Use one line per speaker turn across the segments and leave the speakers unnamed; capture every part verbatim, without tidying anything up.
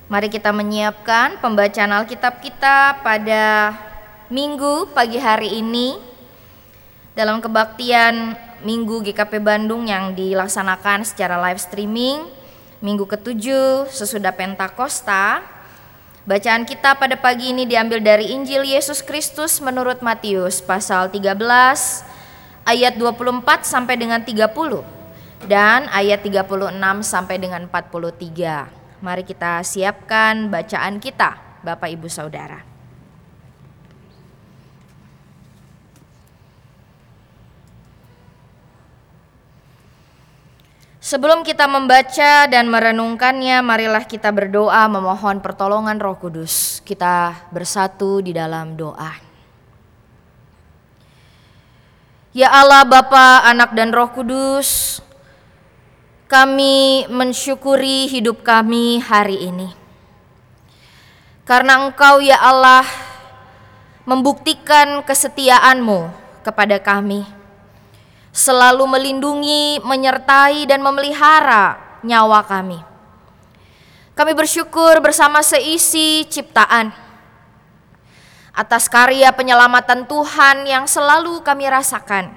Mari kita menyiapkan pembacaan Alkitab kita pada Minggu pagi hari ini dalam kebaktian Minggu G K P Bandung yang dilaksanakan secara live streaming Minggu ketujuh sesudah Pentakosta. Bacaan kita pada pagi ini diambil dari Injil Yesus Kristus menurut Matius pasal tiga belas ayat dua puluh empat sampai dengan tiga puluh dan ayat tiga puluh enam sampai dengan empat puluh tiga. Mari kita siapkan bacaan kita, Bapak Ibu Saudara. Sebelum kita membaca dan merenungkannya, marilah kita berdoa memohon pertolongan Roh Kudus. Kita bersatu di dalam doa. Ya Allah, Bapa, Anak dan Roh Kudus, kami mensyukuri hidup kami hari ini. Karena Engkau ya Allah membuktikan kesetiaan-Mu kepada kami. Selalu melindungi, menyertai dan memelihara nyawa kami. Kami bersyukur bersama seisi ciptaan atas karya penyelamatan Tuhan yang selalu kami rasakan.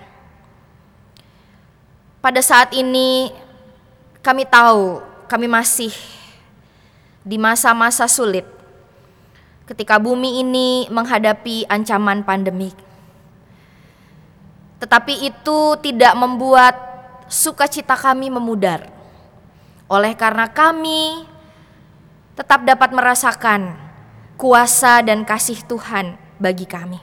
Pada saat ini kami tahu kami masih di masa-masa sulit ketika bumi ini menghadapi ancaman pandemik. Tetapi itu tidak membuat sukacita kami memudar. Oleh karena kami tetap dapat merasakan kuasa dan kasih Tuhan bagi kami.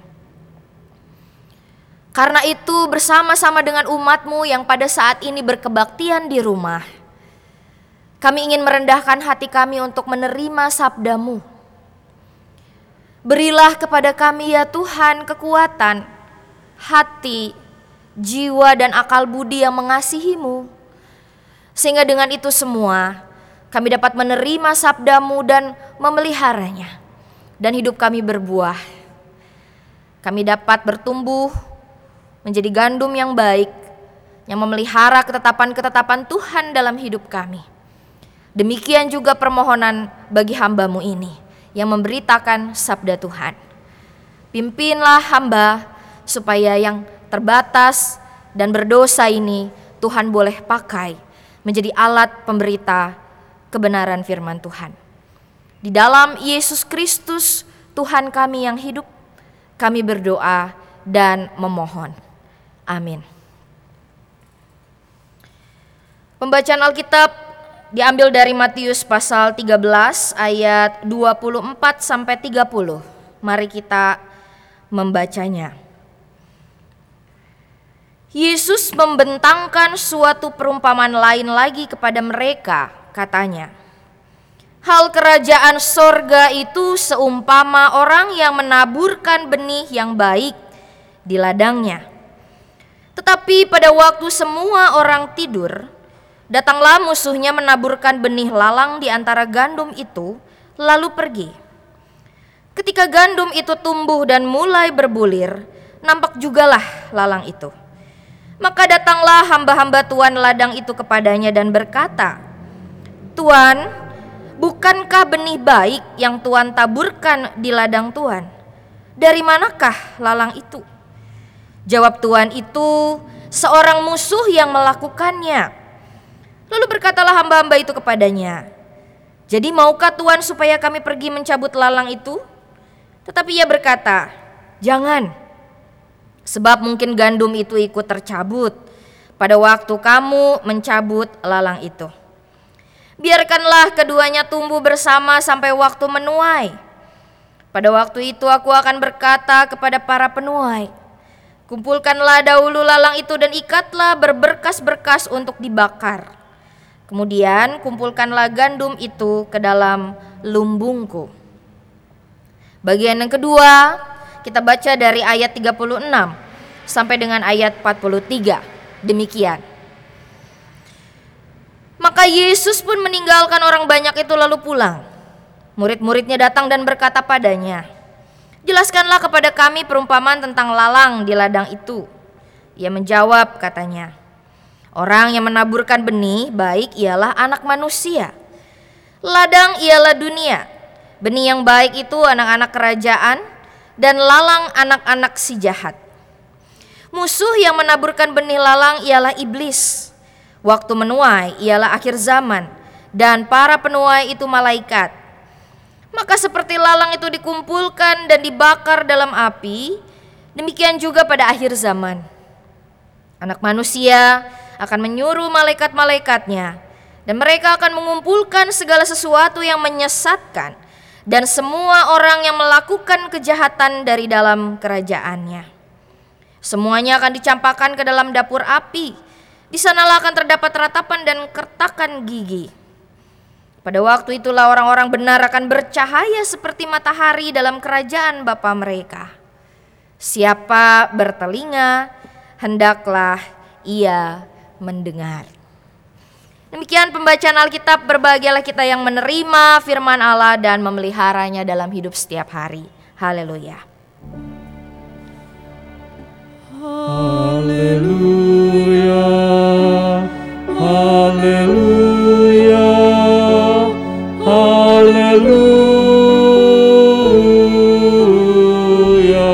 Karena itu bersama-sama dengan umat-Mu yang pada saat ini berkebaktian di rumah, kami ingin merendahkan hati kami untuk menerima sabda-Mu. Berilah kepada kami ya Tuhan kekuatan, hati, jiwa dan akal budi yang mengasihi-Mu. Sehingga dengan itu semua kami dapat menerima sabda-Mu dan memeliharanya. Dan hidup kami berbuah. Kami dapat bertumbuh menjadi gandum yang baik, yang memelihara ketetapan-ketetapan Tuhan dalam hidup kami. Demikian juga permohonan bagi hamba-Mu ini yang memberitakan sabda Tuhan. Pimpinlah hamba supaya yang terbatas dan berdosa ini Tuhan boleh pakai menjadi alat pemberita kebenaran firman Tuhan. Di dalam Yesus Kristus Tuhan kami yang hidup, kami berdoa dan memohon. Amin. Pembacaan Alkitab diambil dari Matius pasal tiga belas ayat dua puluh empat sampai tiga puluh. Mari kita membacanya. Yesus membentangkan suatu perumpamaan lain lagi kepada mereka, katanya, hal kerajaan sorga itu seumpama orang yang menaburkan benih yang baik di ladangnya. Tetapi pada waktu semua orang tidur, datanglah musuhnya menaburkan benih lalang di antara gandum itu, lalu pergi. Ketika gandum itu tumbuh dan mulai berbulir, nampak jugalah lalang itu. Maka datanglah hamba-hamba tuan ladang itu kepadanya dan berkata, Tuan, bukankah benih baik yang Tuan taburkan di ladang Tuan? Dari manakah lalang itu? Jawab tuan itu, seorang musuh yang melakukannya. Lalu berkatalah hamba-hamba itu kepadanya, jadi maukah Tuan supaya kami pergi mencabut lalang itu? Tetapi ia berkata, jangan, sebab mungkin gandum itu ikut tercabut pada waktu kamu mencabut lalang itu. Biarkanlah keduanya tumbuh bersama sampai waktu menuai. Pada waktu itu aku akan berkata kepada para penuai, kumpulkanlah dahulu lalang itu dan ikatlah berberkas-berkas untuk dibakar. Kemudian kumpulkanlah gandum itu ke dalam lumbungku. Bagian yang kedua kita baca dari ayat tiga puluh enam sampai dengan ayat empat puluh tiga. Demikian. Maka Yesus pun meninggalkan orang banyak itu lalu pulang. Murid-muridnya datang dan berkata padanya, jelaskanlah kepada kami perumpamaan tentang lalang di ladang itu. Ia menjawab katanya, orang yang menaburkan benih baik ialah anak manusia. Ladang ialah dunia, benih yang baik itu anak-anak kerajaan, dan lalang anak-anak si jahat. Musuh yang menaburkan benih lalang ialah iblis. Waktu menuai ialah akhir zaman, dan para penuai itu malaikat. Maka seperti lalang itu dikumpulkan dan dibakar dalam api, demikian juga pada akhir zaman. Anak manusia akan menyuruh malaikat-malaikatnya, dan mereka akan mengumpulkan segala sesuatu yang menyesatkan dan semua orang yang melakukan kejahatan dari dalam kerajaannya. Semuanya akan dicampakkan ke dalam dapur api. Di sanalah akan terdapat ratapan dan kertakan gigi. Pada waktu itulah orang-orang benar akan bercahaya seperti matahari dalam kerajaan Bapa mereka. Siapa bertelinga, hendaklah ia mendengar. Demikian pembacaan Alkitab. Berbahagialah kita yang menerima firman Allah dan memeliharanya dalam hidup setiap hari. Haleluya.
Haleluya. Haleluya. Haleluya.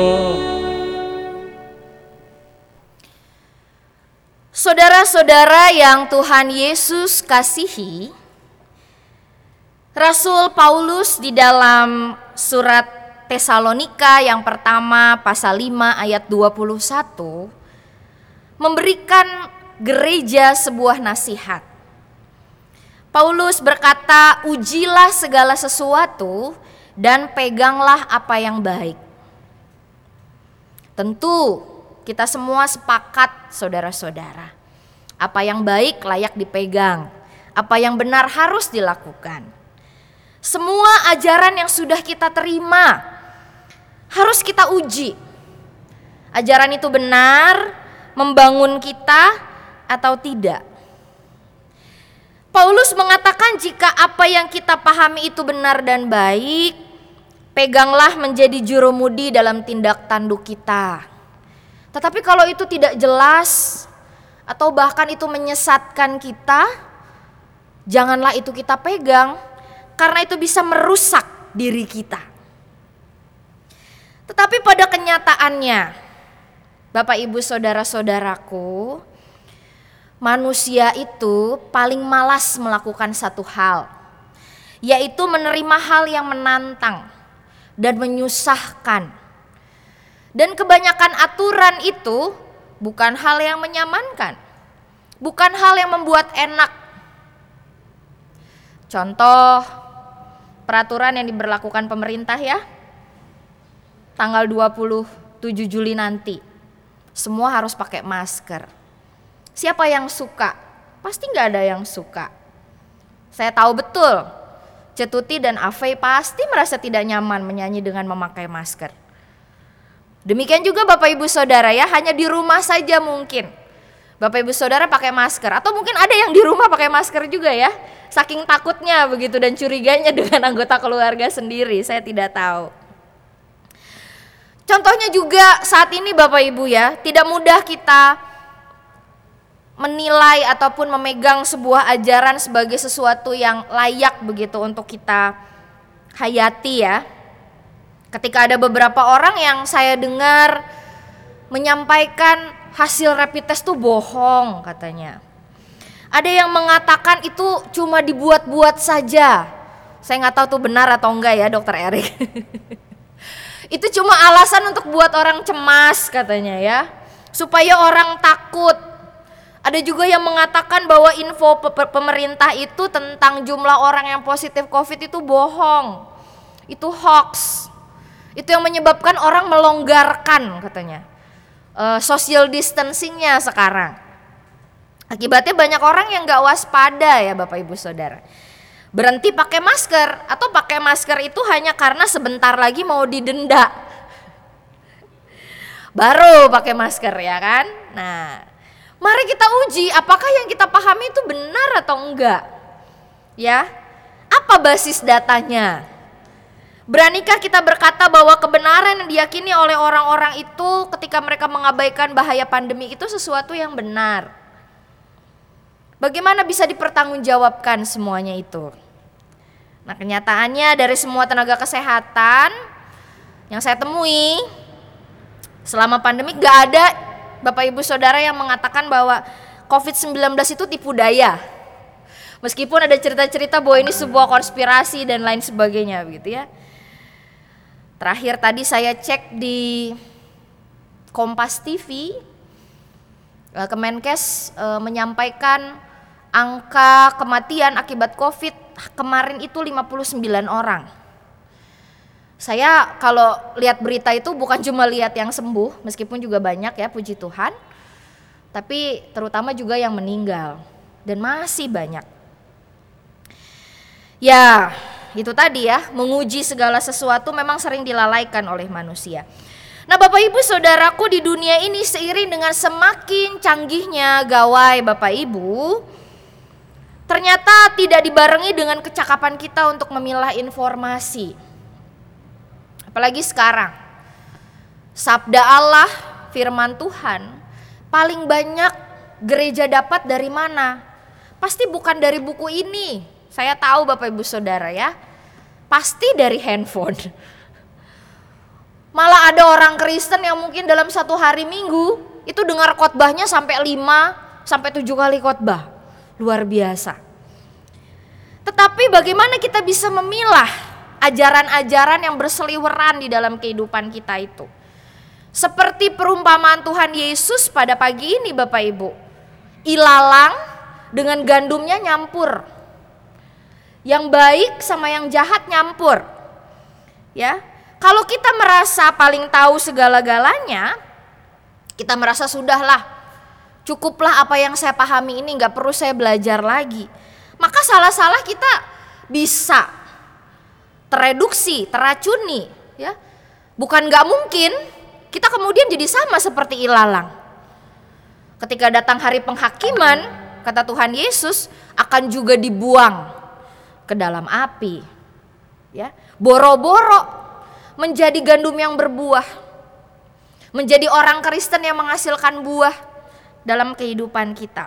Saudara-saudara yang Tuhan Yesus kasihi, Rasul Paulus di dalam surat Tesalonika yang pertama pasal lima ayat dua puluh satu memberikan gereja sebuah nasihat. Paulus berkata, ujilah segala sesuatu dan peganglah apa yang baik. Tentu kita semua sepakat, saudara-saudara, apa yang baik layak dipegang, apa yang benar harus dilakukan. Semua ajaran yang sudah kita terima harus kita uji. Ajaran itu benar, membangun kita atau tidak. Paulus mengatakan jika apa yang kita pahami itu benar dan baik, peganglah menjadi jurumudi dalam tindak tanduk kita. Tetapi kalau itu tidak jelas atau bahkan itu menyesatkan kita, janganlah itu kita pegang, karena itu bisa merusak diri kita. Tetapi pada kenyataannya, Bapak Ibu saudara-saudaraku, manusia itu paling malas melakukan satu hal, yaitu menerima hal yang menantang dan menyusahkan. Dan kebanyakan aturan itu bukan hal yang menyamankan, bukan hal yang membuat enak. Contoh peraturan yang diberlakukan pemerintah ya, tanggal dua puluh tujuh Juli nanti, semua harus pakai masker. Siapa yang suka? Pasti gak ada yang suka. Saya tahu betul, Cetuti dan Afei pasti merasa tidak nyaman menyanyi dengan memakai masker. Demikian juga Bapak Ibu Saudara ya, hanya di rumah saja mungkin Bapak Ibu Saudara pakai masker, atau mungkin ada yang di rumah pakai masker juga ya, saking takutnya begitu dan curiganya dengan anggota keluarga sendiri, saya tidak tahu. Contohnya juga saat ini Bapak Ibu ya, tidak mudah kita menilai ataupun memegang sebuah ajaran sebagai sesuatu yang layak begitu untuk kita hayati ya. Ketika ada beberapa orang yang saya dengar menyampaikan hasil rapid test tuh bohong katanya. Ada yang mengatakan itu cuma dibuat-buat saja. Saya nggak tahu tuh benar atau enggak ya Dokter Erik. Itu cuma alasan untuk buat orang cemas katanya ya, supaya orang takut. Ada juga yang mengatakan bahwa info pemerintah itu tentang jumlah orang yang positif COVID itu bohong, itu hoax. Itu yang menyebabkan orang melonggarkan katanya uh, social distancingnya sekarang. Akibatnya banyak orang yang gak waspada ya Bapak Ibu Saudara, berhenti pakai masker, atau pakai masker itu hanya karena sebentar lagi mau didenda baru pakai masker ya kan. Nah, mari kita uji apakah yang kita pahami itu benar atau enggak ya. Apa basis datanya? Beranikah kita berkata bahwa kebenaran yang diyakini oleh orang-orang itu ketika mereka mengabaikan bahaya pandemi itu sesuatu yang benar? Bagaimana bisa dipertanggungjawabkan semuanya itu? Nah, kenyataannya dari semua tenaga kesehatan yang saya temui selama pandemi gak ada Bapak Ibu Saudara yang mengatakan bahwa covid sembilan belas itu tipu daya. Meskipun ada cerita-cerita bahwa ini sebuah konspirasi dan lain sebagainya begitu ya. Terakhir tadi saya cek di Kompas T V, Kemenkes e, menyampaikan angka kematian akibat Covid kemarin itu lima puluh sembilan orang. Saya kalau lihat berita itu bukan cuma lihat yang sembuh, meskipun juga banyak ya, puji Tuhan, tapi terutama juga yang meninggal, dan masih banyak. Ya, itu tadi ya, menguji segala sesuatu memang sering dilalaikan oleh manusia. Nah, Bapak Ibu Saudaraku, di dunia ini seiring dengan semakin canggihnya gawai Bapak Ibu, ternyata tidak dibarengi dengan kecakapan kita untuk memilah informasi. Apalagi sekarang, sabda Allah, firman Tuhan, paling banyak gereja dapat dari mana? Pasti bukan dari buku ini. Saya tahu Bapak Ibu Saudara ya, pasti dari handphone. Malah ada orang Kristen yang mungkin dalam satu hari Minggu itu dengar khotbahnya sampai lima sampai tujuh kali khotbah. Luar biasa. Tetapi bagaimana kita bisa memilah ajaran-ajaran yang berseliweran di dalam kehidupan kita itu? Seperti perumpamaan Tuhan Yesus pada pagi ini Bapak Ibu. Ilalang dengan gandumnya nyampur. Yang baik sama yang jahat nyampur. Ya. Kalau kita merasa paling tahu segala-galanya, kita merasa sudahlah, cukuplah apa yang saya pahami ini, gak perlu saya belajar lagi. Maka salah-salah kita bisa tereduksi, teracuni. Ya. Bukan gak mungkin kita kemudian jadi sama seperti ilalang. Ketika datang hari penghakiman, kata Tuhan Yesus, akan juga dibuang ke dalam api. Ya. Boro-boro menjadi gandum yang berbuah, menjadi orang Kristen yang menghasilkan buah dalam kehidupan kita.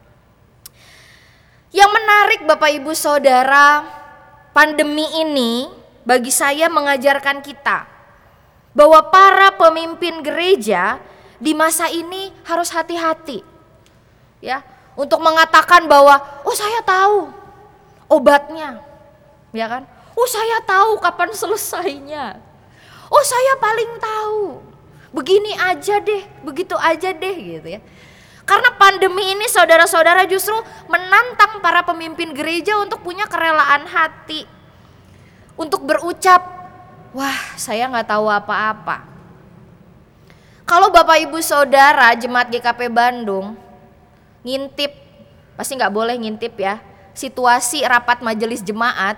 Yang menarik Bapak Ibu Saudara, pandemi ini bagi saya mengajarkan kita bahwa para pemimpin gereja di masa ini harus hati-hati, ya, untuk mengatakan bahwa oh saya tahu obatnya, ya kan? Oh saya tahu kapan selesainya. Oh saya paling tahu, begini aja deh, begitu aja deh gitu ya. Karena pandemi ini saudara-saudara justru menantang para pemimpin gereja untuk punya kerelaan hati. Untuk berucap, wah saya gak tahu apa-apa. Kalau Bapak Ibu Saudara Jemaat G K P Bandung ngintip, pasti gak boleh ngintip ya, situasi rapat majelis jemaat.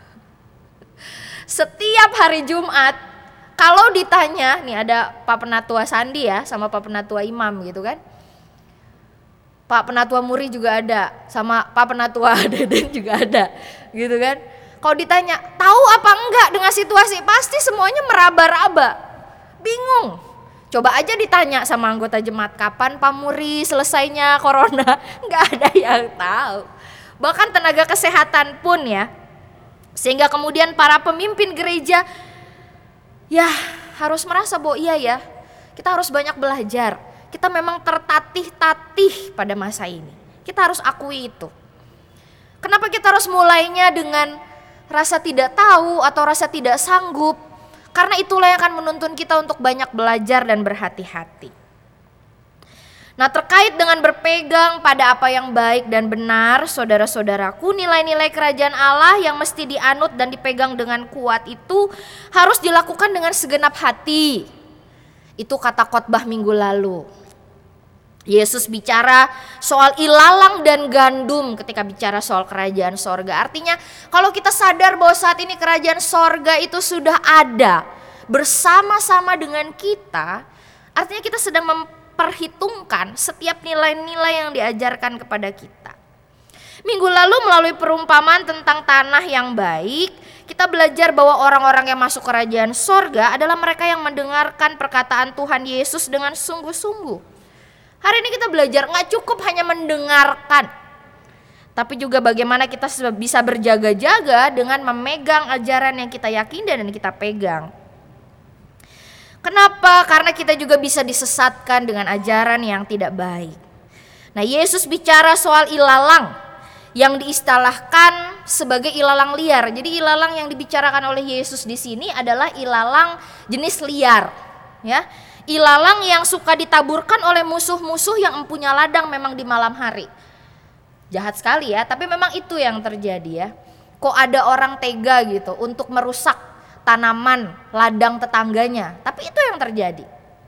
Setiap hari Jumat, kalau ditanya, nih ada Pak Penatua Sandi ya, sama Pak Penatua Imam gitu kan. Pak Penatua Muri juga ada, sama Pak Penatua Deden juga ada gitu kan. Kalau ditanya, tahu apa enggak dengan situasi, pasti semuanya meraba-raba, bingung. Coba aja ditanya sama anggota jemaat, kapan Pak Muri selesainya corona, enggak ada yang tahu. Bahkan tenaga kesehatan pun ya. Sehingga kemudian para pemimpin gereja ya harus merasa bahwa iya ya, kita harus banyak belajar. Kita memang tertatih-tatih pada masa ini. Kita harus akui itu. Kenapa kita harus mulainya dengan rasa tidak tahu atau rasa tidak sanggup? Karena itulah yang akan menuntun kita untuk banyak belajar dan berhati-hati. Nah, terkait dengan berpegang pada apa yang baik dan benar, saudara-saudaraku, nilai-nilai kerajaan Allah yang mesti dianut dan dipegang dengan kuat itu harus dilakukan dengan segenap hati. Itu kata khotbah minggu lalu. Yesus bicara soal ilalang dan gandum ketika bicara soal kerajaan sorga. Artinya kalau kita sadar bahwa saat ini kerajaan sorga itu sudah ada bersama-sama dengan kita, artinya kita sedang memperhitungkan setiap nilai-nilai yang diajarkan kepada kita. Minggu lalu melalui perumpamaan tentang tanah yang baik, kita belajar bahwa orang-orang yang masuk kerajaan sorga adalah mereka yang mendengarkan perkataan Tuhan Yesus dengan sungguh-sungguh. Hari ini kita belajar gak cukup hanya mendengarkan, tapi juga bagaimana kita bisa berjaga-jaga dengan memegang ajaran yang kita yakini dan kita pegang. Kenapa? Karena kita juga bisa disesatkan dengan ajaran yang tidak baik. Nah, Yesus bicara soal ilalang yang diistilahkan sebagai ilalang liar. Jadi ilalang yang dibicarakan oleh Yesus di sini adalah ilalang jenis liar, ya. Ilalang yang suka ditaburkan oleh musuh-musuh yang empunya ladang memang di malam hari. Jahat sekali ya, tapi memang itu yang terjadi ya. Kok ada orang tega gitu untuk merusak tanaman ladang tetangganya, tapi itu yang terjadi.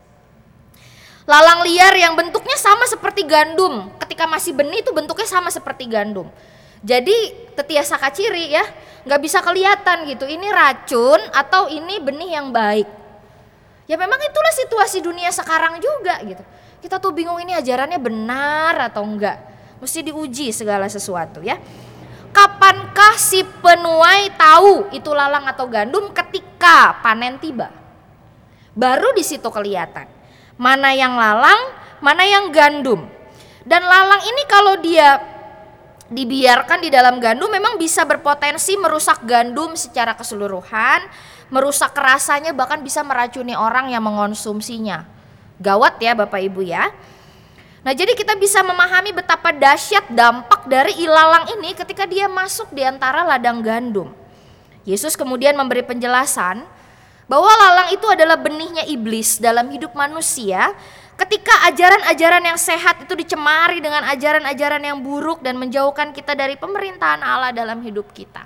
Lalang liar yang bentuknya sama seperti gandum, ketika masih benih itu bentuknya sama seperti gandum. Jadi tetiasa kaciri ya, nggak bisa kelihatan gitu, ini racun atau ini benih yang baik. Ya memang itulah situasi dunia sekarang juga gitu. Kita tuh bingung ini ajarannya benar atau enggak. Mesti diuji segala sesuatu ya. Kapankah si penuai tahu itu lalang atau gandum? Ketika panen tiba. Baru di situ kelihatan mana yang lalang, mana yang gandum. Dan lalang ini kalau dia dibiarkan di dalam gandum memang bisa berpotensi merusak gandum secara keseluruhan, merusak rasanya, bahkan bisa meracuni orang yang mengonsumsinya. Gawat ya Bapak Ibu ya. Nah, jadi kita bisa memahami betapa dahsyat dampak dari ilalang ini ketika dia masuk di antara ladang gandum. Yesus kemudian memberi penjelasan bahwa lalang itu adalah benihnya iblis dalam hidup manusia. Ketika ajaran-ajaran yang sehat itu dicemari dengan ajaran-ajaran yang buruk dan menjauhkan kita dari pemerintahan Allah dalam hidup kita.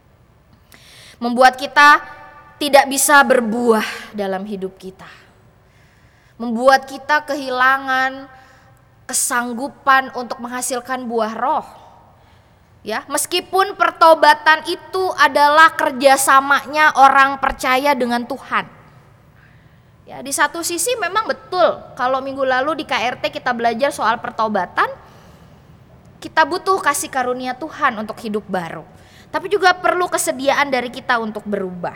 Membuat kita tidak bisa berbuah dalam hidup kita. Membuat kita kehilangan kesanggupan untuk menghasilkan buah roh. Ya, meskipun pertobatan itu adalah kerjasamanya orang percaya dengan Tuhan. Ya, di satu sisi memang betul kalau minggu lalu di K R T kita belajar soal pertobatan, kita butuh kasih karunia Tuhan untuk hidup baru. Tapi juga perlu kesediaan dari kita untuk berubah.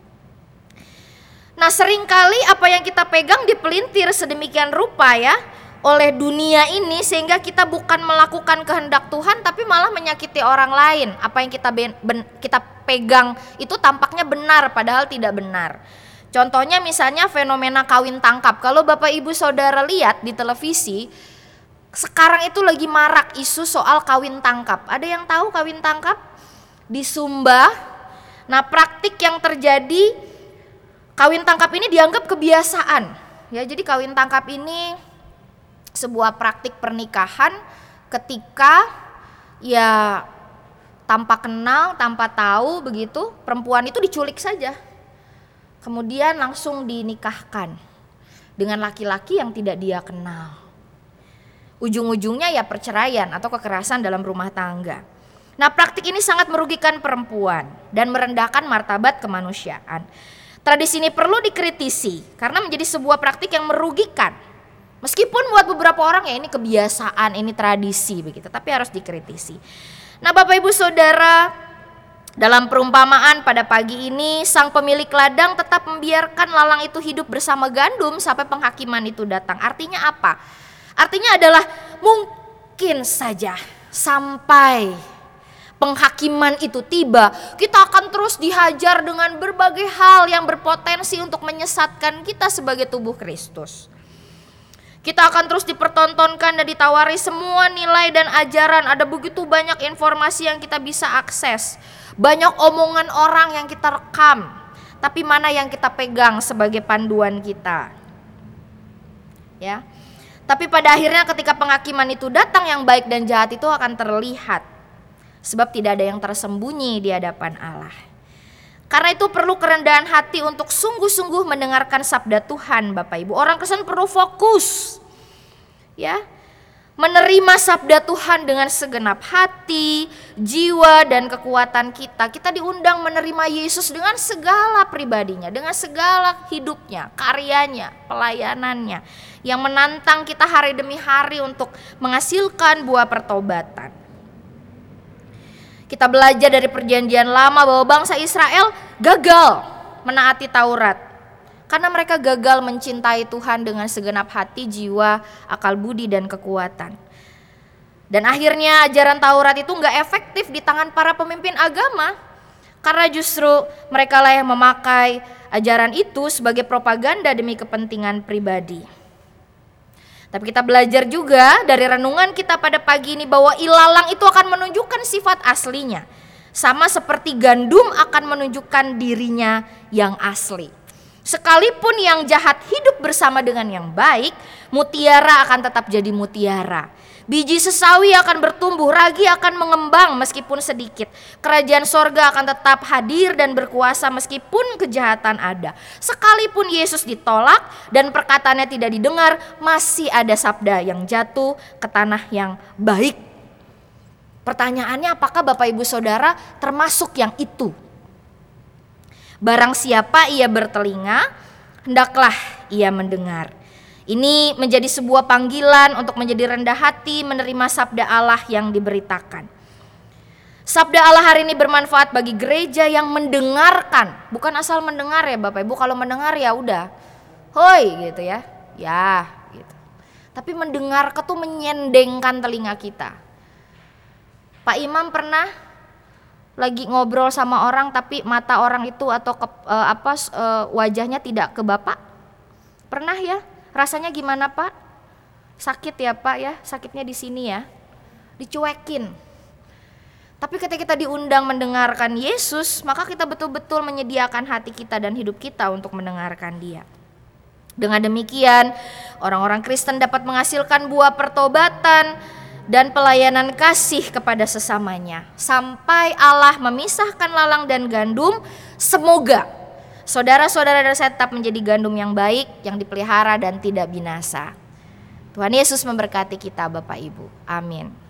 Nah, seringkali apa yang kita pegang dipelintir sedemikian rupa ya oleh dunia ini sehingga kita bukan melakukan kehendak Tuhan tapi malah menyakiti orang lain. Apa yang kita ben, ben, kita pegang itu tampaknya benar padahal tidak benar. Contohnya misalnya fenomena kawin tangkap. Kalau Bapak Ibu Saudara lihat di televisi, sekarang itu lagi marak isu soal kawin tangkap. Ada yang tahu kawin tangkap? Di Sumba. Nah, praktik yang terjadi kawin tangkap ini dianggap kebiasaan. Ya, jadi kawin tangkap ini sebuah praktik pernikahan ketika ya tanpa kenal, tanpa tahu begitu, perempuan itu diculik saja. Kemudian langsung dinikahkan dengan laki-laki yang tidak dia kenal. Ujung-ujungnya ya perceraian atau kekerasan dalam rumah tangga. Nah, praktik ini sangat merugikan perempuan dan merendahkan martabat kemanusiaan. Tradisi ini perlu dikritisi karena menjadi sebuah praktik yang merugikan. Meskipun buat beberapa orang ya ini kebiasaan, ini tradisi begitu, tapi harus dikritisi. Nah, Bapak Ibu Saudara, dalam perumpamaan pada pagi ini sang pemilik ladang tetap membiarkan lalang itu hidup bersama gandum sampai penghakiman itu datang. Artinya apa? Artinya adalah mungkin saja sampai penghakiman itu tiba, kita akan terus dihajar dengan berbagai hal yang berpotensi untuk menyesatkan kita sebagai tubuh Kristus. Kita akan terus dipertontonkan dan ditawari semua nilai dan ajaran. Ada begitu banyak informasi yang kita bisa akses. Banyak omongan orang yang kita rekam. Tapi mana yang kita pegang sebagai panduan kita? Ya. Tapi pada akhirnya ketika penghakiman itu datang, yang baik dan jahat itu akan terlihat. Sebab tidak ada yang tersembunyi di hadapan Allah. Karena itu perlu kerendahan hati untuk sungguh-sungguh mendengarkan sabda Tuhan, Bapak Ibu. Orang Kristen perlu fokus, ya, menerima sabda Tuhan dengan segenap hati, jiwa dan kekuatan kita. Kita diundang menerima Yesus dengan segala pribadinya, dengan segala hidupnya, karyanya, pelayanannya, yang menantang kita hari demi hari untuk menghasilkan buah pertobatan. Kita belajar dari perjanjian lama bahwa bangsa Israel gagal menaati Taurat karena mereka gagal mencintai Tuhan dengan segenap hati, jiwa, akal budi dan kekuatan. Dan akhirnya ajaran Taurat itu nggak efektif di tangan para pemimpin agama, karena justru mereka lah yang memakai ajaran itu sebagai propaganda demi kepentingan pribadi. Tapi kita belajar juga dari renungan kita pada pagi ini bahwa ilalang itu akan menunjukkan sifat aslinya. Sama seperti gandum akan menunjukkan dirinya yang asli. Sekalipun yang jahat hidup bersama dengan yang baik, mutiara akan tetap jadi mutiara. Biji sesawi akan bertumbuh, ragi akan mengembang meskipun sedikit. Kerajaan sorga akan tetap hadir dan berkuasa meskipun kejahatan ada. Sekalipun Yesus ditolak dan perkataannya tidak didengar, masih ada sabda yang jatuh ke tanah yang baik. Pertanyaannya, apakah Bapak Ibu Saudara termasuk yang itu? Barang siapa ia bertelinga, hendaklah ia mendengar. Ini menjadi sebuah panggilan untuk menjadi rendah hati menerima sabda Allah yang diberitakan. Sabda Allah hari ini bermanfaat bagi gereja yang mendengarkan, bukan asal mendengar ya Bapak Ibu. Kalau mendengar ya udah, hoi gitu ya, ya gitu. Tapi mendengar itu menyendengkan telinga kita. Pak Imam pernah lagi ngobrol sama orang tapi mata orang itu atau ke, uh, apa uh, wajahnya tidak ke Bapak? Pernah ya? Rasanya gimana Pak? Sakit ya Pak ya? Sakitnya di sini ya. Dicuekin. Tapi ketika kita diundang mendengarkan Yesus, maka kita betul-betul menyediakan hati kita dan hidup kita untuk mendengarkan Dia. Dengan demikian, orang-orang Kristen dapat menghasilkan buah pertobatan dan pelayanan kasih kepada sesamanya. Sampai Allah memisahkan lalang dan gandum, semoga saudara-saudara dan saya tetap menjadi gandum yang baik, yang dipelihara dan tidak binasa. Tuhan Yesus memberkati kita Bapak Ibu. Amin.